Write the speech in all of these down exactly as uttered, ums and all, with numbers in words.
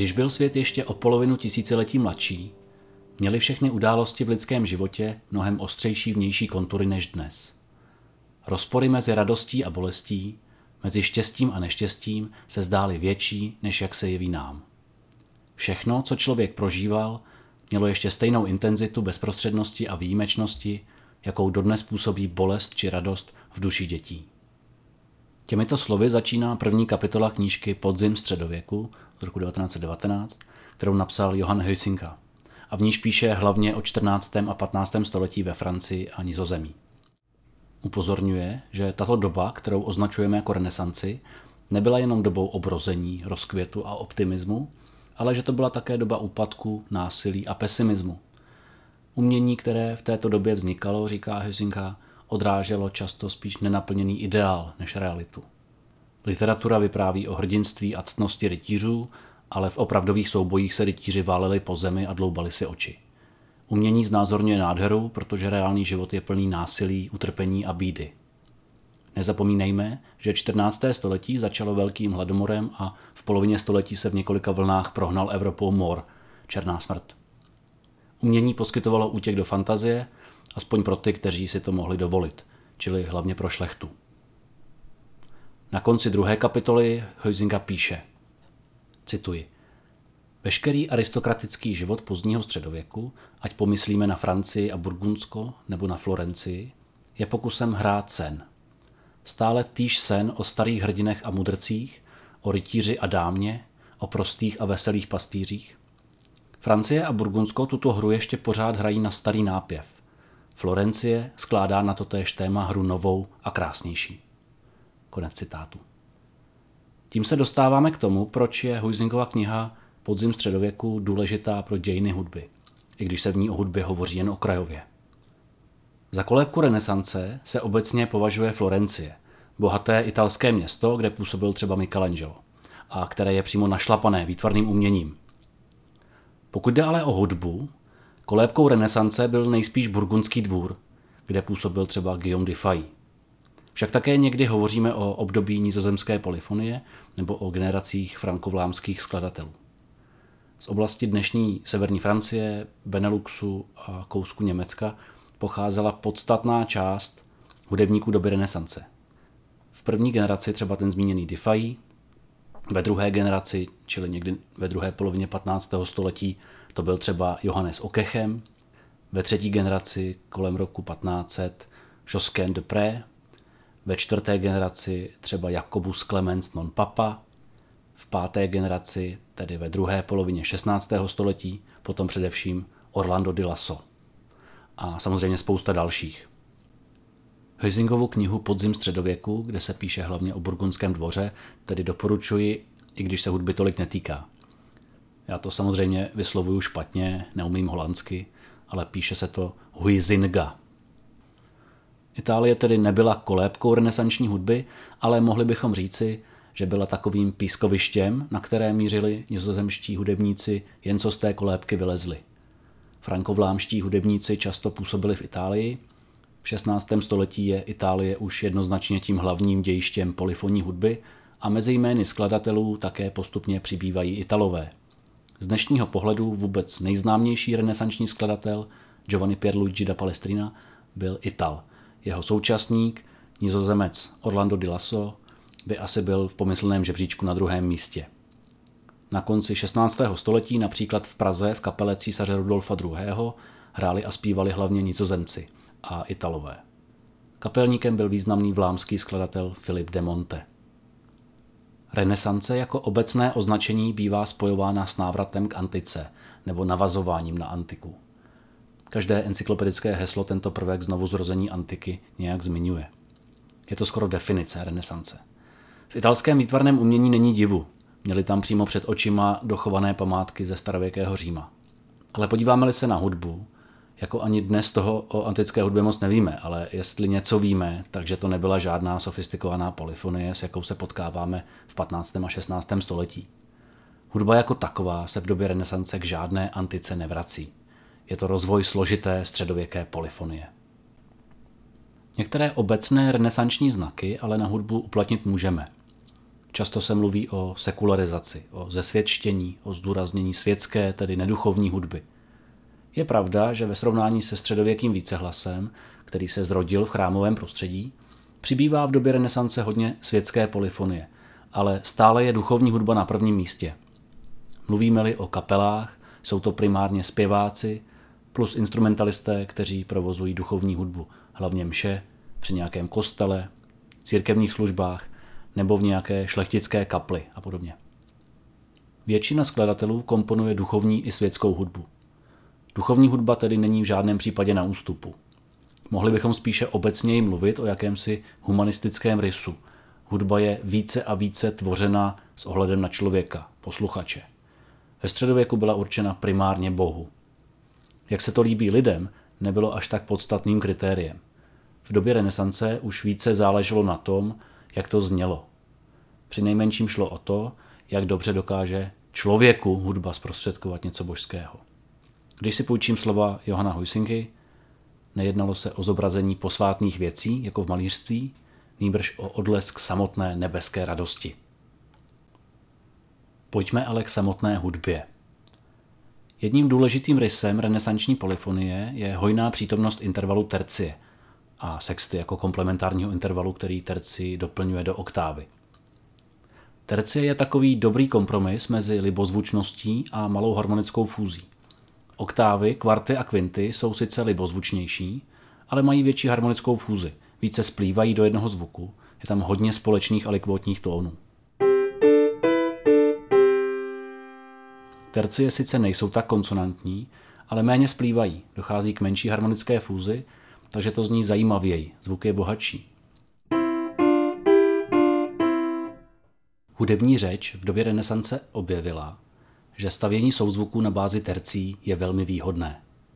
Když byl svět ještě o polovinu tisíciletí mladší, měly všechny události v lidském životě mnohem ostřejší vnější kontury než dnes. Rozpory mezi radostí a bolestí, mezi štěstím a neštěstím se zdály větší, než jak se jeví nám. Všechno, co člověk prožíval, mělo ještě stejnou intenzitu bezprostřednosti a výjimečnosti, jakou dodnes působí bolest či radost v duši dětí. Těmito slovy začíná první kapitola knížky Podzim středověku z roku devatenáct set devatenáct, kterou napsal Johann Huizinga, a v níž píše hlavně o čtrnáctém a patnáctém století ve Francii a Nizozemí. Upozorňuje, že tato doba, kterou označujeme jako renesanci, nebyla jenom dobou obrození, rozkvětu a optimismu, ale že to byla také doba úpadku, násilí a pesimismu. Umění, které v této době vznikalo, říká Huizinga, odráželo často spíš nenaplněný ideál než realitu. Literatura vypráví o hrdinství a ctnosti rytířů, ale v opravdových soubojích se rytíři váleli po zemi a dloubali si oči. Umění znázorňuje nádheru, protože reálný život je plný násilí, utrpení a bídy. Nezapomínejme, že čtrnácté století začalo velkým hladomorem a v polovině století se v několika vlnách prohnal Evropou mor, černá smrt. Umění poskytovalo útěk do fantazie, aspoň pro ty, kteří si to mohli dovolit, čili hlavně pro šlechtu. Na konci druhé kapitoly Huizinga píše, cituji, veškerý aristokratický život pozdního středověku, ať pomyslíme na Francii a Burgundsko nebo na Florencii, je pokusem hrát sen. Stále týž sen o starých hrdinech a mudrcích, o rytíři a dámě, o prostých a veselých pastýřích. Francie a Burgundsko tuto hru ještě pořád hrají na starý nápěv. Florencie skládá na totéž téma hru novou a krásnější. Konec citátu. Tím se dostáváme k tomu, proč je Huizingova kniha Podzim středověku důležitá pro dějiny hudby, i když se v ní o hudbě hovoří jen okrajově. Za kolébku renesance se obecně považuje Florencie, bohaté italské město, kde působil třeba Michelangelo, a které je přímo našlapané výtvarným uměním. Pokud jde ale o hudbu, kolébkou renesance byl nejspíš burgundský dvůr, kde působil třeba Guillaume de Failly. Však také někdy hovoříme o období nizozemské polyfonie nebo o generacích frankovlámských skladatelů. Z oblasti dnešní severní Francie, Beneluxu a kousku Německa pocházela podstatná část hudebníků doby renesance. V první generaci třeba ten zmíněný de Failly, ve druhé generaci, čili někdy ve druhé polovině patnáctého století, to byl třeba Johannes Ockeghem, ve třetí generaci kolem roku patnáct set Josquin de Pré, ve čtvrté generaci třeba Jacobus Clemens non Papa, v páté generaci, tedy ve druhé polovině šestnáctého století, potom především Orlando di Lasso. A samozřejmě spousta dalších. Huizingovu knihu Podzim středověku, kde se píše hlavně o burgundském dvoře, tedy doporučuji, i když se hudby tolik netýká. Já to samozřejmě vyslovuju špatně, neumím holandsky, ale píše se to Huizinga. Itálie tedy nebyla kolébkou renesanční hudby, ale mohli bychom říci, že byla takovým pískovištěm, na které mířili nizozemští hudebníci, jen co z té kolébky vylezli. Frankovlámští hudebníci často působili v Itálii. V šestnáctém století je Itálie už jednoznačně tím hlavním dějištěm polyfonní hudby a mezi jmény skladatelů také postupně přibývají Italové. Z dnešního pohledu vůbec nejznámější renesanční skladatel Giovanni Pierluigi da Palestrina byl Ital. Jeho současník, Nizozemec Orlando di Lasso, by asi byl v pomyslném žebříčku na druhém místě. Na konci šestnáctého století například v Praze v kapele císaře Rudolfa druhého. hráli a zpívali hlavně Nizozemci a Italové. Kapelníkem byl významný vlámský skladatel Philip de Monte. Renesance jako obecné označení bývá spojována s návratem k antice nebo navazováním na antiku. Každé encyklopedické heslo tento prvek znovuzrození antiky nějak zmiňuje. Je to skoro definice renesance. V italském výtvarném umění není divu. Měli tam přímo před očima dochované památky ze starověkého Říma. Ale podíváme-li se na hudbu, jako ani dnes toho o antické hudbě moc nevíme, ale jestli něco víme, takže to nebyla žádná sofistikovaná polyfonie, s jakou se potkáváme v patnáctém a šestnáctém století. Hudba jako taková se v době renesance k žádné antice nevrací. Je to rozvoj složité středověké polyfonie. Některé obecné renesanční znaky ale na hudbu uplatnit můžeme. Často se mluví o sekularizaci, o zesvětštění, o zdůraznění světské, tedy neduchovní hudby. Je pravda, že ve srovnání se středověkým vícehlasem, který se zrodil v chrámovém prostředí, přibývá v době renesance hodně světské polyfonie, ale stále je duchovní hudba na prvním místě. Mluvíme-li o kapelách, jsou to primárně zpěváci plus instrumentalisté, kteří provozují duchovní hudbu, hlavně mše, při nějakém kostele, církevních službách nebo v nějaké šlechtické kapli a podobně. Většina skladatelů komponuje duchovní i světskou hudbu. Duchovní hudba tedy není v žádném případě na ústupu. Mohli bychom spíše obecněji mluvit o jakémsi humanistickém rysu. Hudba je více a více tvořena s ohledem na člověka, posluchače. Ve středověku byla určena primárně Bohu. Jak se to líbí lidem, nebylo až tak podstatným kritériem. V době renesance už více záleželo na tom, jak to znělo. Přinejmenším šlo o to, jak dobře dokáže člověku hudba zprostředkovat něco božského. Když si půjčím slova Johana Huizingy, nejednalo se o zobrazení posvátných věcí, jako v malířství, nýbrž o odlesk samotné nebeské radosti. Pojďme ale k samotné hudbě. Jedním důležitým rysem renesanční polyfonie je hojná přítomnost intervalu tercie a sexty jako komplementárního intervalu, který terci doplňuje do oktávy. Tercie je takový dobrý kompromis mezi libozvučností a malou harmonickou fúzí. Oktávy, kvarty a kvinty jsou sice libozvučnější, ale mají větší harmonickou fúzi, více splývají do jednoho zvuku, je tam hodně společných alikvotních tónů. Tercie sice nejsou tak konsonantní, ale méně splývají, dochází k menší harmonické fúzi, takže to zní zajímavěji, zvuk je bohatší. Hudební řeč v době renesance objevila, že stavění souzvuků na bázi tercí je velmi výhodné.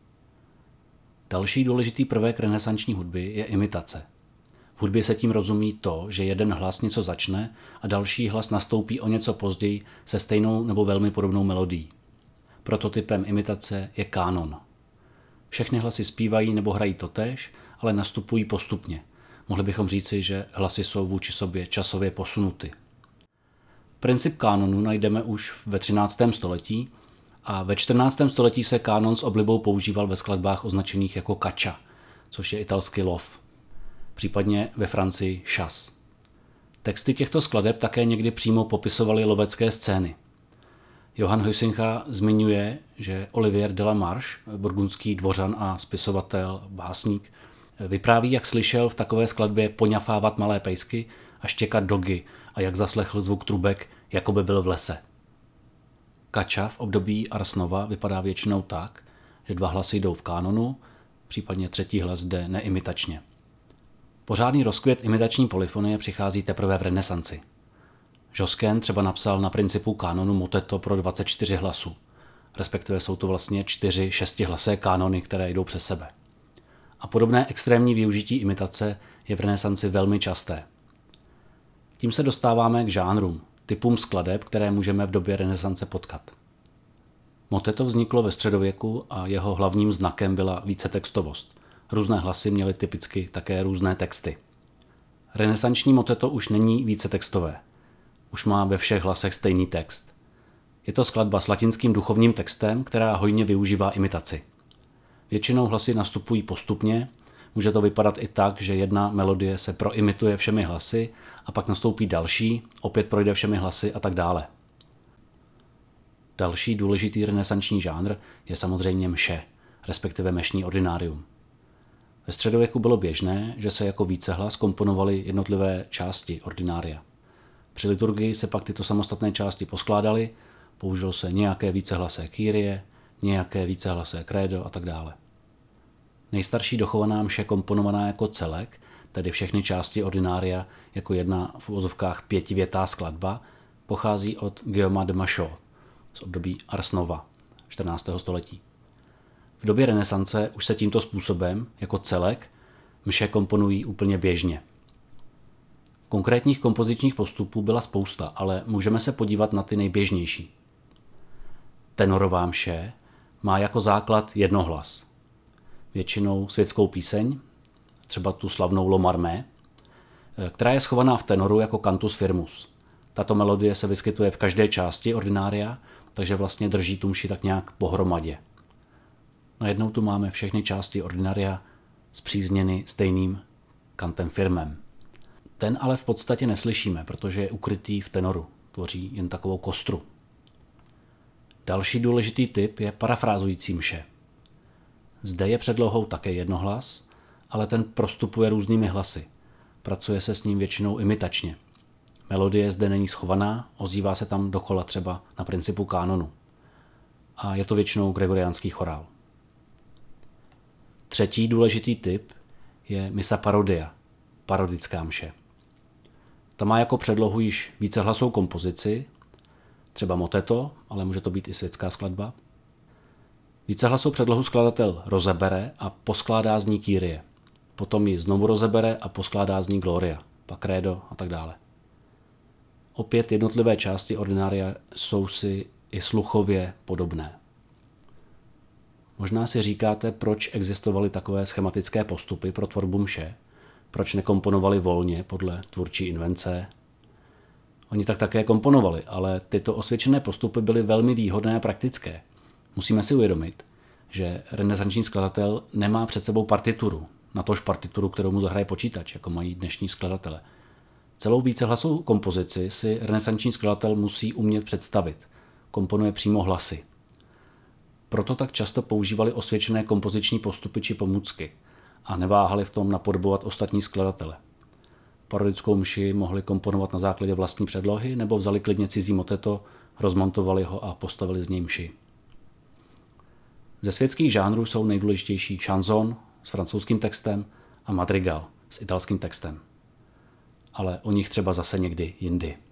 Další důležitý prvek renesanční hudby je imitace. V hudbě se tím rozumí to, že jeden hlas něco začne a další hlas nastoupí o něco později se stejnou nebo velmi podobnou melodií. Prototypem imitace je kánon. Všechny hlasy zpívají nebo hrají totéž, ale nastupují postupně. Mohli bychom říci, že hlasy jsou vůči sobě časově posunuty. Princip kánonu najdeme už ve třináctém století a ve čtrnáctém století se kánon s oblibou používal ve skladbách označených jako caccia, což je italský lov, případně ve Francii chasse. Texty těchto skladeb také někdy přímo popisovaly lovecké scény. Johann Huizinga zmiňuje, že Olivier de la Marche, burgundský dvořan a spisovatel, básník, vypráví, jak slyšel v takové skladbě poňafávat malé pejsky a štěkat dogy a jak zaslechl zvuk trubek, jako by byl v lese. Caccia v období Ars Nova vypadá většinou tak, že dva hlasy jdou v kánonu, případně třetí hlas jde neimitačně. Pořádný rozkvět imitační polyfonie přichází teprve v renesanci. Josquin třeba napsal na principu kánonu moteto pro dvacet čtyři hlasů, respektive jsou to vlastně čtyři šestihlasé kánony, které jdou přes sebe. A podobné extrémní využití imitace je v renesanci velmi časté. Tím se dostáváme k žánrům, typům skladeb, které můžeme v době renesance potkat. Moteto vzniklo ve středověku a jeho hlavním znakem byla vícetextovost. Různé hlasy měly typicky také různé texty. Renesanční moteto už není vícetextové. Už má ve všech hlasech stejný text. Je to skladba s latinským duchovním textem, která hojně využívá imitaci. Většinou hlasy nastupují postupně, může to vypadat i tak, že jedna melodie se proimituje všemi hlasy a pak nastoupí další, opět projde všemi hlasy a tak dále. Další důležitý renesanční žánr je samozřejmě mše, respektive mešní ordinárium. Ve středověku bylo běžné, že se jako vícehlas komponovaly jednotlivé části ordinária. Při liturgii se pak tyto samostatné části poskládaly, použilo se nějaké vícehlasé kyrie, nějaké vícehlasé credo a tak dále. Nejstarší dochovaná mše komponovaná jako celek, tedy všechny části ordinária jako jedna v uvozovkách pětivětá skladba, pochází od Guillaume de Machaut z období Ars Nova čtrnáctého století. V době renesance už se tímto způsobem, jako celek, mše komponují úplně běžně. Konkrétních kompozičních postupů byla spousta, ale můžeme se podívat na ty nejběžnější. Tenorová mše má jako základ jednohlas. Většinou světskou píseň, třeba tu slavnou L'Homme Armé, která je schovaná v tenoru jako cantus firmus. tato melodie se vyskytuje v každé části ordinária, takže vlastně drží tu mši tak nějak pohromadě. Najednou tu máme všechny části ordinária spřízněny stejným kantem firmem. Ten ale v podstatě neslyšíme, protože je ukrytý v tenoru, tvoří jen takovou kostru. Další důležitý typ je parafrázující mše. Zde je předlohou také jednohlas, ale ten prostupuje různými hlasy. Pracuje se s ním většinou imitačně. Melodie zde není schovaná, ozývá se tam dokola třeba na principu kánonu. A je to většinou gregoriánský chorál. Třetí důležitý typ je misa parodia, parodická mše. Ta má jako předlohu již vícehlasou kompozici, třeba moteto, ale může to být i světská skladba. Vícehlasou předlohu skladatel rozebere a poskládá z ní Kyrie. Potom ji znovu rozebere a poskládá z ní Gloria, pak Credo a tak dále. Opět jednotlivé části ordinária jsou si i sluchově podobné. Možná si říkáte, proč existovaly takové schematické postupy pro tvorbu mše, proč nekomponovali volně podle tvůrčí invence. Oni tak také komponovali, ale tyto osvědčené postupy byly velmi výhodné a praktické. Musíme si uvědomit, že renesanční skladatel nemá před sebou partituru, natož partituru, kterou mu zahraje počítač, jako mají dnešní skladatelé. Celou vícehlasovou kompozici si renesanční skladatel musí umět představit. Komponuje přímo hlasy. Proto tak často používali osvědčené kompoziční postupy či pomůcky a neváhali v tom napodobovat ostatní skladatele. Parodickou mši mohli komponovat na základě vlastní předlohy nebo vzali klidně cizí moteto, rozmontovali ho a postavili z něj mši. Ze světských žánrů jsou nejdůležitější chanson s francouzským textem a madrigal s italským textem. Ale o nich třeba zase někdy jindy.